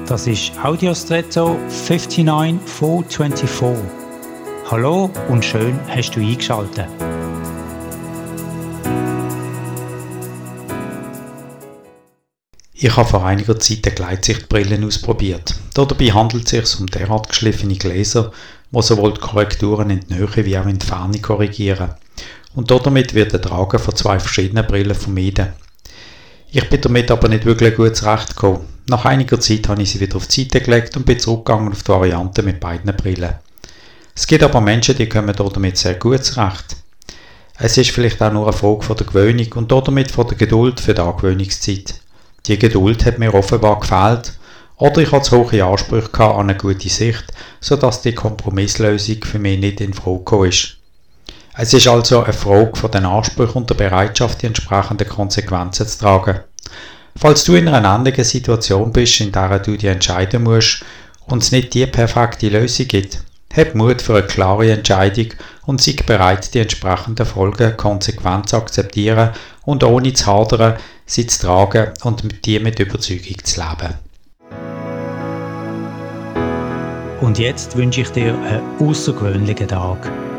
Das ist Audiostretto 59424. Hallo und schön hast du eingeschaltet. Ich habe vor einiger Zeit eine Gleitsichtbrille ausprobiert. Dabei handelt es sich um derart geschliffene Gläser, die sowohl die Korrekturen in die Nähe wie auch in die Ferne korrigieren. Und damit wird der Tragen von zwei verschiedenen Brillen vermieden. Ich bin damit aber nicht wirklich gut zurechtgekommen. Nach einiger Zeit habe ich sie wieder auf die Seite gelegt und bin zurückgegangen auf die Variante mit beiden Brillen. Es gibt aber Menschen, die kommen damit sehr gut zurecht. Es ist vielleicht auch nur eine Frage von der Gewöhnung und damit von der Geduld für die Angewöhnungszeit. Die Geduld hat mir offenbar gefehlt oder ich hatte zu hohe Ansprüche an eine gute Sicht, sodass die Kompromisslösung für mich nicht in Frage gekommen ist. Es ist also eine Frage von den Ansprüchen und der Bereitschaft, die entsprechenden Konsequenzen zu tragen. Falls du in einer ähnlichen Situation bist, in der du dich entscheiden musst und es nicht die perfekte Lösung gibt, hab Mut für eine klare Entscheidung und sei bereit, die entsprechenden Folgen konsequent zu akzeptieren und ohne zu hadern, sie zu tragen und mit dir mit Überzeugung zu leben. Und jetzt wünsche ich dir einen außergewöhnlichen Tag.